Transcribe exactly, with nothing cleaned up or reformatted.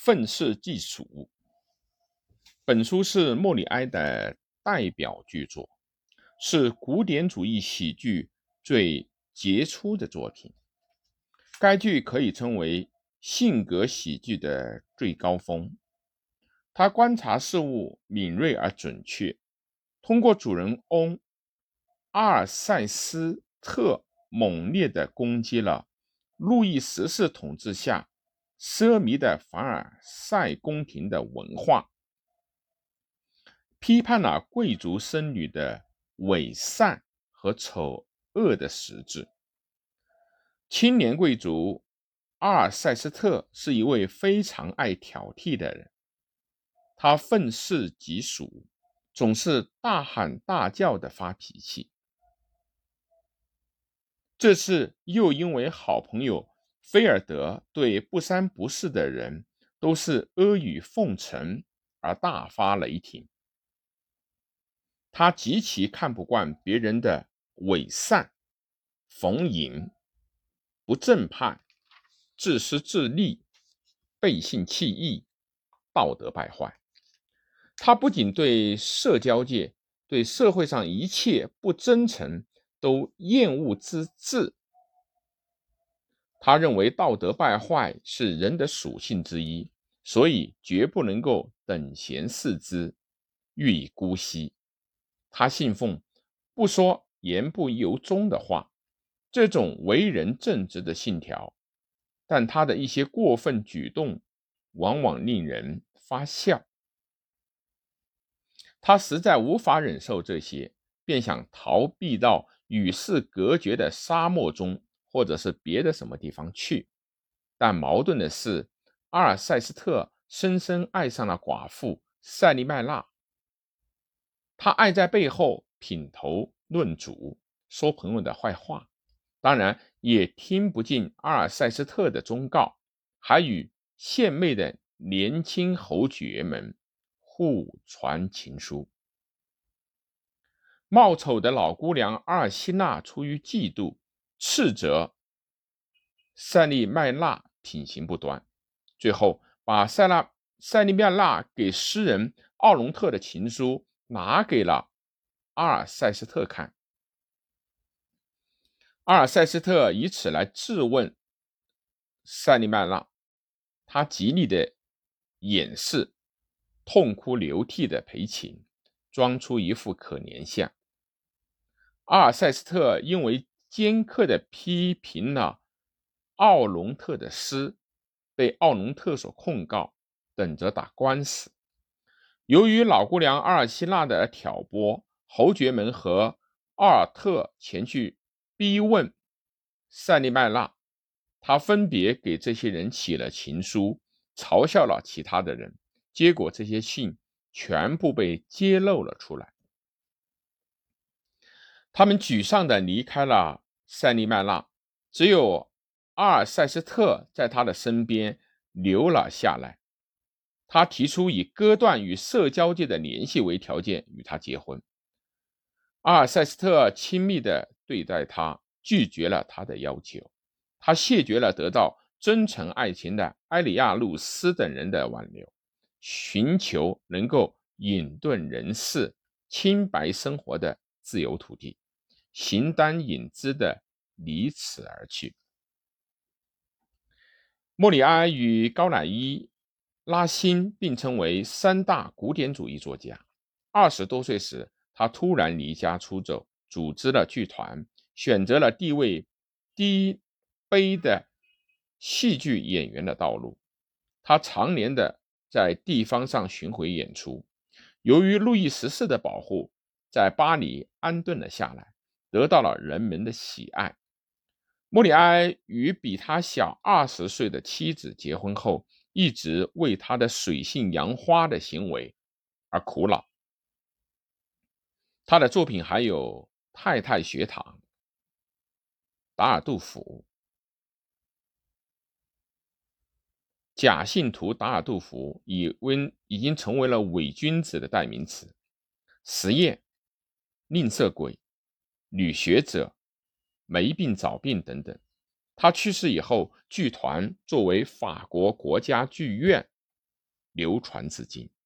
愤世嫉俗。本书是莫里埃的代表巨作，是古典主义喜剧最杰出的作品。该剧可以称为性格喜剧的最高峰。他观察事物敏锐而准确，通过主人翁阿尔塞斯特猛烈地攻击了路易十四统治下奢靡的凡尔赛宫廷的文化，批判了贵族僧侣的伪善和丑恶的实质。青年贵族阿尔塞斯特是一位非常爱挑剔的人，他愤世嫉俗，总是大喊大叫地发脾气。这次又因为好朋友菲尔德对不三不四的人都是阿谀奉承而大发雷霆。他极其看不惯别人的伪善、逢迎、不正派、自私自利、背信弃义、道德败坏。他不仅对社交界、对社会上一切不真诚都厌恶之至，他认为道德败坏是人的属性之一，所以绝不能够等闲视之，予以姑息。他信奉不说言不由衷的话，这种为人正直的信条，但他的一些过分举动往往令人发笑。他实在无法忍受这些，便想逃避到与世隔绝的沙漠中，或者是别的什么地方去。但矛盾的是，阿尔塞斯特深深爱上了寡妇塞利麦娜，他爱在背后品头论足，说朋友的坏话，当然也听不进阿尔塞斯特的忠告，还与献媚的年轻侯爵们互传情书。貌丑的老姑娘阿尔希娜出于嫉妒，斥责塞利麦娜品行不端，最后把塞拉塞利麦娜给诗人奥隆特的情书拿给了阿尔塞斯特看。阿尔塞斯特以此来质问塞利麦娜，他极力的掩饰，痛哭流涕的赔情，装出一副可怜相。阿尔塞斯特因为尖刻地批评了奥隆特的诗，被奥隆特所控告，等着打官司。由于老姑娘阿尔希娜的挑拨，侯爵们和奥尔特前去逼问塞利麦娜，他分别给这些人起了情书，嘲笑了其他的人，结果这些信全部被揭露了出来。他们沮丧地离开了塞利麦娜，只有阿尔塞斯特在他的身边留了下来。他提出以割断与社交界的联系为条件与他结婚。阿尔塞斯特亲密地对待他，拒绝了他的要求。他谢绝了得到真诚爱情的埃里亚路斯等人的挽留，寻求能够隐遁人世、清白生活的自由土地，形单影只的离此而去。莫里埃与高乃伊、拉辛并称为三大古典主义作家。二十多岁时，他突然离家出走，组织了剧团，选择了地位低卑的戏剧演员的道路。他常年的在地方上巡回演出，由于路易十四的保护，在巴黎安顿了下来，得到了人们的喜爱。莫里埃与比他小二十岁的妻子结婚后，一直为他的水性杨花的行为而苦恼。他的作品还有《太太学堂》、达尔杜甫、假信徒达尔杜甫已为已经成为了伪君子的代名词，实验、吝啬鬼、女学者、没病找病等等。他去世以后，剧团作为法国国家剧院流传至今。